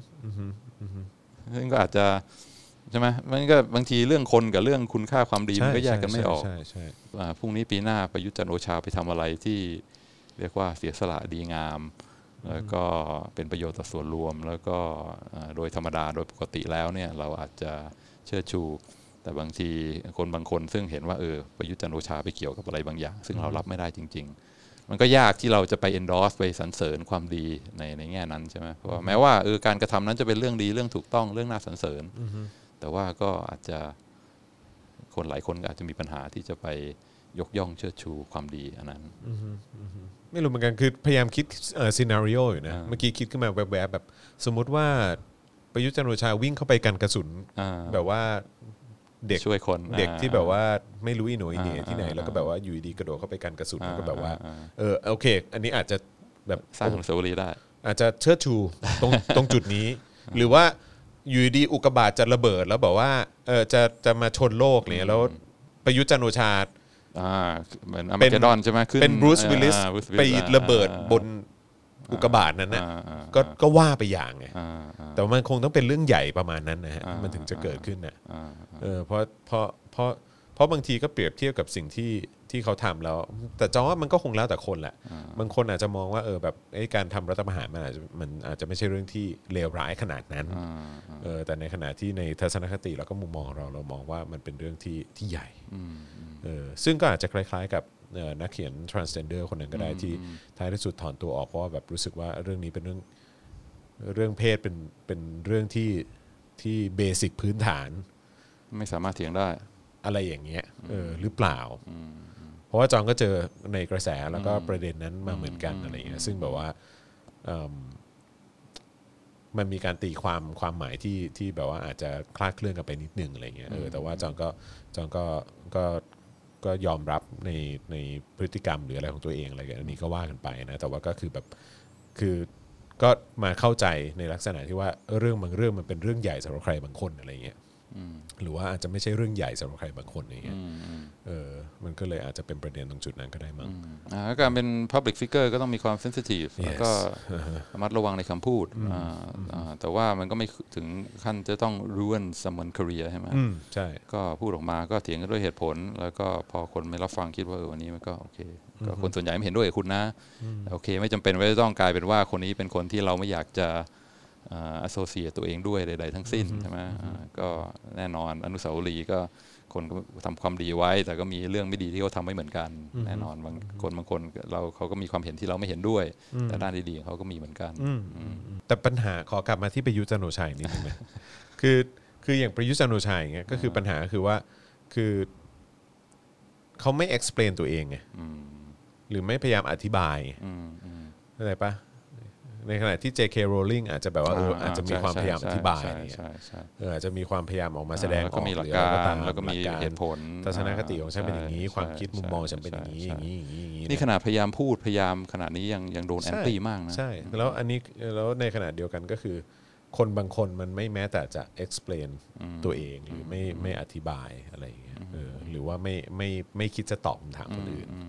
ซึ่งก็อาจจะใช่ไหมมันก็บางทีเรื่องคนกับเรื่องคุณค่าความดีมันก็แยกกันไม่ออกพรุ่งนี้ปีหน้าประยุทธ์จันทร์โอชาไปทำอะไรที่เรียกว่าเสียสละดีงามแล้วก็เป็นประโยชน์ต่อส่วนรวมแล้วก็โดยธรรมดาโดยปกติแล้วเนี่ยเราอาจจะเชิดชูแต่บางทีคนบางคนซึ่งเห็นว่าประยุทธ์จันทร์โอชาไปเกี่ยวกับอะไรบางอย่างซึ่งเรารับไม่ได้จริงๆมันก็ยากที่เราจะไป endorse ไปสรรเสริญความดีในแง่นั้นใช่ไหมเพราะว่าแม้ว่าการกระทำนั้นจะเป็นเรื่องดีเรื่องถูกต้องเรื่องน่าสรรเสริญแต่ว่าก็อาจจะคนหลายคนก็อาจจะมีปัญหาที่จะไปยกย่องเชิดชูความดีอันนั้นไม่รู้เหมือนกันคือพยายามคิดซีนาริโออยู่นะเมื่อกี้คิดขึ้นมาแวบๆแบบสมมุติว่าประยุทธ์จันทร์โอชาวิ่งเข้าไปกันกระสุนแบบว่าเด็กช่วยคนเด็กที่แบบว่าไม่รู้อีโหนอีเหน่ที่ไหนแล้วก็แบบว่าอยู่ดีกระโดดเข้าไปกันกระสุนแล้วก็แบบว่าโอเคอันนี้อาจจะแบบสร้างอนุสาวรีย์ได้อาจจะเชิดชูตรงจุดนี้หรือว่าอยู่ดีอุกกาบาตจะระเบิดแล้วบอกว่าจะมาชนโลกเนี่ยแล้วประยุทธ์จันทร์โอชาเหมือนอาร์มาเกดดอนใช่ไหมเป็นบรูซวิลลิสไประเบิดบนอุกกาบาตนั้นนะก็ว่าไปอย่างไงแต่มันคงต้องเป็นเรื่องใหญ่ประมาณนั้นนะฮะมันถึงจะเกิดขึ้นนะเพราะบางทีก็เปรียบเทียบกับสิ่งที่เขาทำแล้วแต่จองว่ามันก็คงแล้วแต่คนแหละบางคนอาจจะมองว่าแบบการทำรัฐประหารมันอาจจะไม่ใช่เรื่องที่เลวร้ายขนาดนั้นแต่ในขณะที่ในทัศนคติแล้วก็มุมมองเรามองว่ามันเป็นเรื่องที่ใหญ่ซึ่งก็อาจจะคล้ายๆกับนักเขียน transgender คนหนึ่งก็ได้ที่ท้ายที่สุดถอนตัวออกเพราะว่าแบบรู้สึกว่าเรื่องนี้เป็นเรื่องเพศเป็นเรื่องที่เบสิกพื้นฐานไม่สามารถเถียงได้อะไรอย่างเงี้ยหรือเปล่าเพราะว่าจองก็เจอในกระแสแล้วก็ประเด็นนั้นมาเหมือนกันอะไรเงี้ยซึ่งแบบว่ามันมีการตีความหมายที่แบบว่าอาจจะคลาดเคลื่อนกันไปนิดนึงอะไรเงี้ยแต่ว่าจองก็ยอมรับในพฤติกรรมหรืออะไรของตัวเองอะไรกันอันนี้ก็ว่ากันไปนะแต่ว่าก็คือแบบคือก็มาเข้าใจในลักษณะที่ว่าเรื่องบางเรื่องมันเป็นเรื่องใหญ่สำหรับใครบางคนอะไรเงี้ยหรือว่าอาจจะไม่ใช่เรื่องใหญ่สำหรับใครบางคนอย่างเงี้ยมันก็เลยอาจจะเป็นประเด็นตรงจุดนั้นก็ได้มั้งการเป็น public figure ก็ต้องมีความ sensitive แล้วก็ระมัดระวังในคำพูดแต่ว่ามันก็ไม่ถึงขั้นจะต้อง ruin someone career ใช่ไหมใช่ก็พูดออกมาก็เถียงกันด้วยเหตุผลแล้วก็พอคนไม่รับฟังคิดว่าวันนี้มันก็โอเคก็คนส่วนใหญ่ไม่เห็นด้วยกับคุณนะโอเคไม่จำเป็นว่าจะต้องกลายเป็นว่าคนนี้เป็นคนที่เราไม่อยากจะassociate ตัวเองด้วยใดๆทั้งสิ้นใช่ไหมก็แน่นอนอนุสาวรีย์ก็คนก็ทำความดีไว้แต่ก็มีเรื่องไม่ดีที่เขาทำไม่เหมือนกันแน่นอนบางคนเขาก็มีความเห็นที่เราไม่เห็นด้วยแต่ด้านดีๆเขาก็มีเหมือนกันแต่ปัญหาขอกลับมาที่ประยุทธ์จันทร์โอชานิดนึงนะคืออย่างประยุทธ์จันทร์โอชาอย่างเงี้ยก็คือปัญหาคือว่าคือเขาไม่ explain ตัวเองไงหรือไม่พยายามอธิบายเข้าใจปะในขณะที่ J.K. Rowling อาจจะแบบว่าอาจจะมีความพยายามอธิบายอาจจะมีความพยายามออกมาแสดงออกหรืออะไรก็ตามแล้วก็มีเหตุผลทัศนคติของฉันเป็นอย่างนี้ความคิดมุมมองฉันเป็นอย่างนี้อย่างนี้นี่ขนาดพยายามพูดพยายามขนาดนี้ยังโดนแอนตี้มากนะใช่แล้วอันนี้แล้วในขณะเดียวกันก็คือคนบางคนมันไม่แม้แต่จะ explain ตัวเองหรือไม่อธิบายอะไรอย่างเงี้ยหรือว่าไม่คิดจะตอบคำถามคนอื่น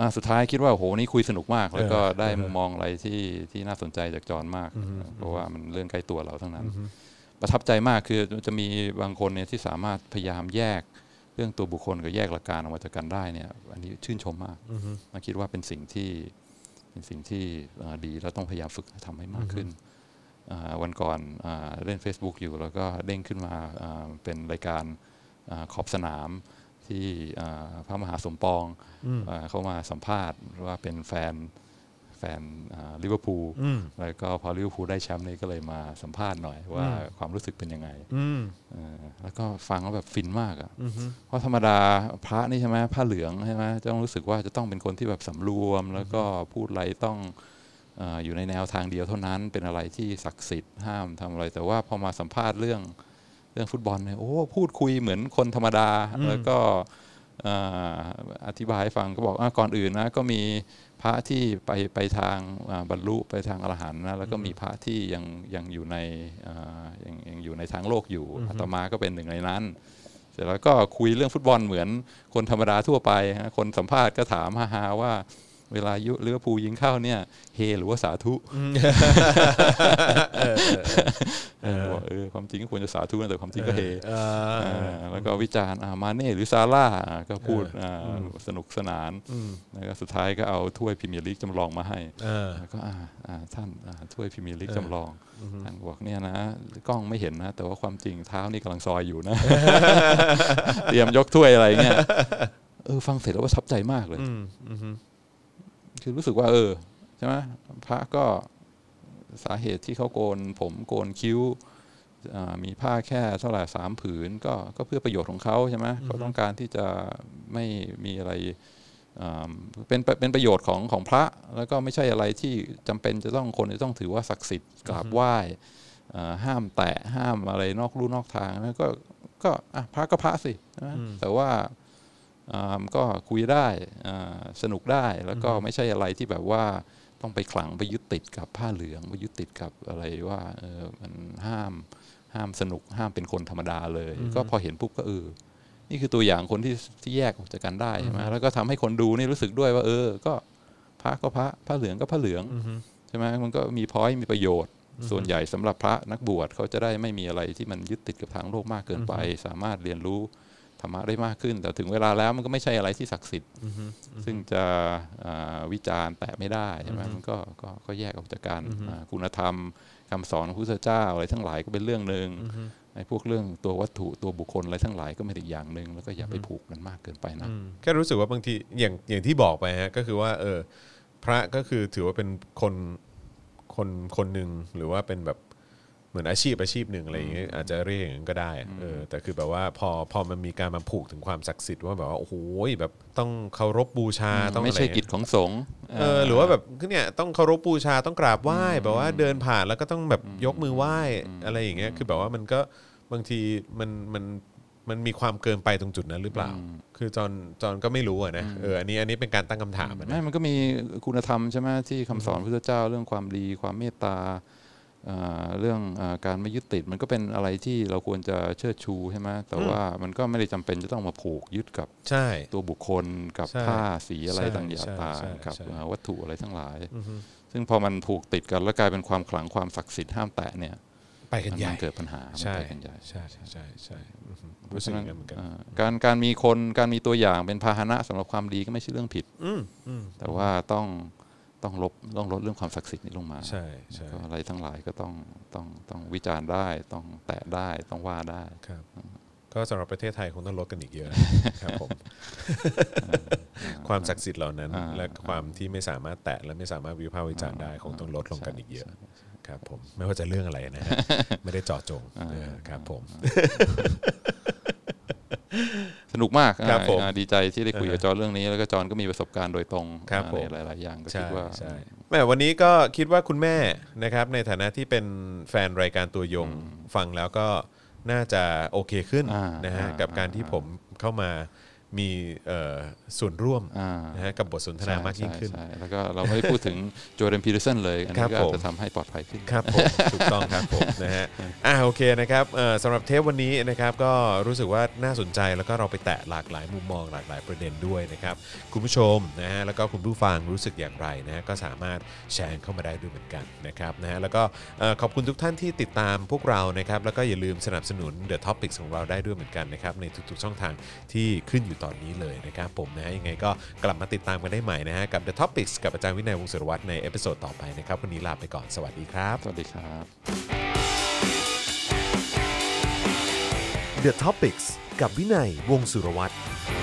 สุดท้ายคิดว่าโอ้โหนี่คุยสนุกมากแล้วก็ได้มุมมองอะไรที่น่าสนใจจากจอห์นมากเพราะว่ามันเรื่องใกล้ตัวเราทั้งนั้นประทับใจมากคือจะมีบางคนเนี่ยที่สามารถพยายามแยกเรื่องตัวบุคคลกับแยกหลักการออกมาจากกันได้เนี่ยอันนี้ชื่นชมมากคิดว่าเป็นสิ่งที่ดีแล้วต้องพยายามฝึกทำให้มากขึ้นวันก่อนเล่น Facebook อยู่แล้วก็เด้งขึ้นมาเป็นรายการขอบสนามที่พระมหาสมปองเขามาสัมภาษณ์ว่าเป็นแฟนลิเวอร์พูลแล้วก็พอลิเวอร์พูลได้แชมป์นี่ก็เลยมาสัมภาษณ์หน่อยว่าความรู้สึกเป็นยังไงแล้วก็ฟังแล้วแบบฟินมากอ่ะเพราะธรรมดาพระนี่ใช่ไหมผ้าเหลืองใช่ไหมจะต้องรู้สึกว่าจะต้องเป็นคนที่แบบสำรวมแล้วก็พูดอะไรต้องอยู่ในแนวทางเดียวเท่านั้นเป็นอะไรที่ศักดิ์สิทธิ์ห้ามทำอะไรแต่ว่าพอมาสัมภาษณ์เรื่องฟุตบอลเนี่ยโอ้พูดคุยเหมือนคนธรรมดาแล้วก็อธิบายให้ฟังก็บอกก่อนอื่นนะก็มีพระที่ไปทางบรรลุไปทางอรหันต์นะแล้วก็มีพระที่ยังอยู่ในยังอยู่ในทางโลกอยู่อาตมาก็เป็นหนึ่งในนั้นเสร็จแล้วก็คุยเรื่องฟุตบอลเหมือนคนธรรมดาทั่วไปคนสัมภาษณ์ก็ถามฮาๆว่าเวลาลิเวอร์พูลยิงเข้าเนี่ยเฮหรือว่าสาธุความจริงก็ควรจะสาธุนะแต่ความจริงก็เฮแล้วก็วิจารณ์มาเน่หรือซาร่าก็พูดสนุกสนานแล้วก็สุดท้ายก็เอาถ้วยพรีเมียร์ลีกจำลองมาให้แล้วก็ท่านถ้วยพรีเมียร์ลีกจำลองท่านบอกเนี่ยนะกล้องไม่เห็นนะแต่ว่าความจริงเท้านี่กำลังซอยอยู่นะเตรียมยกถ้วยอะไรเงี้ยฟังเสร็จแล้วประทับใจมากเลยคือรู้สึกว่าใช่ไหมพระก็สาเหตุที่เขาโกนผมโกนคิ้วมีผ้าแค่เท่าไหร่3 ผืนก็เพื่อประโยชน์ของเขาใช่ไหมเขาต้องการที่จะไม่มีอะไรเป็นประโยชน์ของพระแล้วก็ไม่ใช่อะไรที่จำเป็นจะต้องคนจะต้องถือว่าศักดิ์สิทธิ์กราบไหว้ห้ามแตะห้ามอะไรนอกลู่นอกทางนะก็พระก็พระสิแต่ว่าก็คุยได้สนุกได้แล้วก็ไม่ใช่อะไรที่แบบว่าต้องไปขลังไปยึดติดกับผ้าเหลืองไปยึดติดกับอะไรว่ามันห้ามสนุกห้ามเป็นคนธรรมดาเลยก็พอเห็นปุ๊บก็นี่คือตัวอย่างคนที่แยกออกจากกันได้ใช่ไหมแล้วก็ทำให้คนดูนี่รู้สึกด้วยว่าก็พระก็พระผ้าเหลืองก็ผ้าเหลืองใช่ไหมมันก็มีพ้อยมีประโยชน์ส่วนใหญ่สำหรับพระนักบวชเขาจะได้ไม่มีอะไรที่มันยึดติดกับทางโลกมากเกินไปสามารถเรียนรู้ธรรมะได้มากขึ้นแต่ถึงเวลาแล้วมันก็ไม่ใช่อะไรที่ศักดิ์สิทธิ์ซึ่งจะวิจารณ์แตะไม่ได้ใช่ไหมมันก็แยกออกจากกันคุณธรรมคำสอนของพระพุทธเจ้าอะไรทั้งหลายก็เป็นเรื่องนึงไอ้พวกเรื่องตัววัตถุตัวบุคคลอะไรทั้งหลายก็ไม่ได้อย่างนึงแล้วก็อย่าไปผูกกันมากเกินไปนะแค่รู้สึกว่าบางทีอย่างที่บอกไปฮะก็คือว่าพระก็คือถือว่าเป็นคนหนึ่งหรือว่าเป็นแบบเหมือนอาชีพหนึ่งอะไรอย่างเงี้ยอาจจะเรียกอย่างนั้นก็ได้แต่คือแบบว่าพอมันมีการมาผูกถึงความศักดิ์สิทธิ์ว่าแบบว่าโอ้โหแบบต้องเคารพบูชาต้องไม่ใช่กิจของสงฆ์หรือว่าแบบเนี่ยต้องเคารพบูชาต้องกราบไหว้แบบว่าเดินผ่านแล้วก็ต้องแบบยกมือไหว้อะไรอย่างเงี้ยคือแบบว่ามันก็บางทีมันมีความเกินไปตรงจุดนั้นหรือเปล่าคือจอนก็ไม่รู้นะอันนี้เป็นการตั้งคำถามนะมันก็มีคุณธรรมใช่ไหมที่คำสอนพระพุทธเจ้าเรื่องความดีความเมตตาเรื่องการไม่ยึดติดมันก็เป็นอะไรที่เราควรจะเชิดชูใช่ไหมแต่ว่ามันก็ไม่ได้จำเป็นจะต้องมาผูกยึดกับตัวบุคคลกับผ้าสีอะไรต่างๆกับวัตถุอะไรทั้งหลายซึ่งพอมันผูกติดกันแล้วกลายเป็นความขลังความศักดิ์สิทธิ์ห้ามแตะเนี่ยไปกันใหญ่เกิดปัญหาไปกันใหญ่ใช่เพราะฉะนั้นการมีคนการมีตัวอย่างเป็นพาหนะสำหรับความดีก็ไม่ใช่เรื่องผิดแต่ว่าต้องลดเรื่องความศักดิ์สิทธิ์นี้ลงมาใช่อะไรทั้งหลายก็ต้องวิจารณ์ได้ต้องแตะได้ต้องว่าได้ครับก็สำหรับประเทศไทยคงต้องลดกันอีกเยอะครับผมความศักดิ์สิทธิ์เหล่านั้นและความที่ไม่สามารถแตะและไม่สามารถวิพากษ์วิจารณ์ได้คงต้องลดลงกันอีกเยอะครับผมไม่ว่าจะเรื่องอะไรนะไม่ได้เจาะจงครับผมสนุกมากดีใจที่ได้คุยกับจอนเรื่องนี้แล้วก็จอนก็มีประสบการณ์โดยตรงในหลายๆอย่างก็คิดว่าแม่วันนี้ก็คิดว่าคุณแม่นะครับในฐานะที่เป็นแฟนรายการตัวยงฟังแล้วก็น่าจะโอเคขึ้นนะฮะกับการที่ผมเข้ามามีส่วนร่วมอ่านะฮะกับบทสนทนามากยิ่งขึ้นใช่แล้วก็เราไม่ได้พูดถึงโจเดนพีเตอร์สันเลยอันครันี้บก็ผมจะทำให้ปลอดภัยขึ้นครับผมถูกต้องครับผมนะฮะโอเคนะครับสำหรับเทปวันนี้นะครับก็รู้สึกว่าน่าสนใจแล้วก็เราไปแตะหลากหลายมุมมองหลากหลายประเด็นด้วยนะครับคุณผู้ชมนะฮะแล้วก็คุณผู้ฟังรู้สึกอย่างไรนะฮะก็สามารถแชร์เข้ามาได้ด้วยเหมือนกันนะครับนะฮะแล้วก็ขอบคุณทุกท่านที่ติดตามพวกเรานะครับแล้วก็อย่าลืมสนับสนุน The Topics ของเราได้ด้วยเหมือนกันนะครับในทุกๆช่องทางที่ขึ้นอยู่ตอนนี้เลยนะครับผมนะฮะยังไงก็กลับมาติดตามกันได้ใหม่นะฮะกับ The Topics กับอาจารย์วินัยวงศ์สุรวัตรในเอพิโซดต่อไปนะครับวันนี้ลาไปก่อนสวัสดีครับสวัสดีครับ The Topics กับวินัยวงศ์สุรวัตร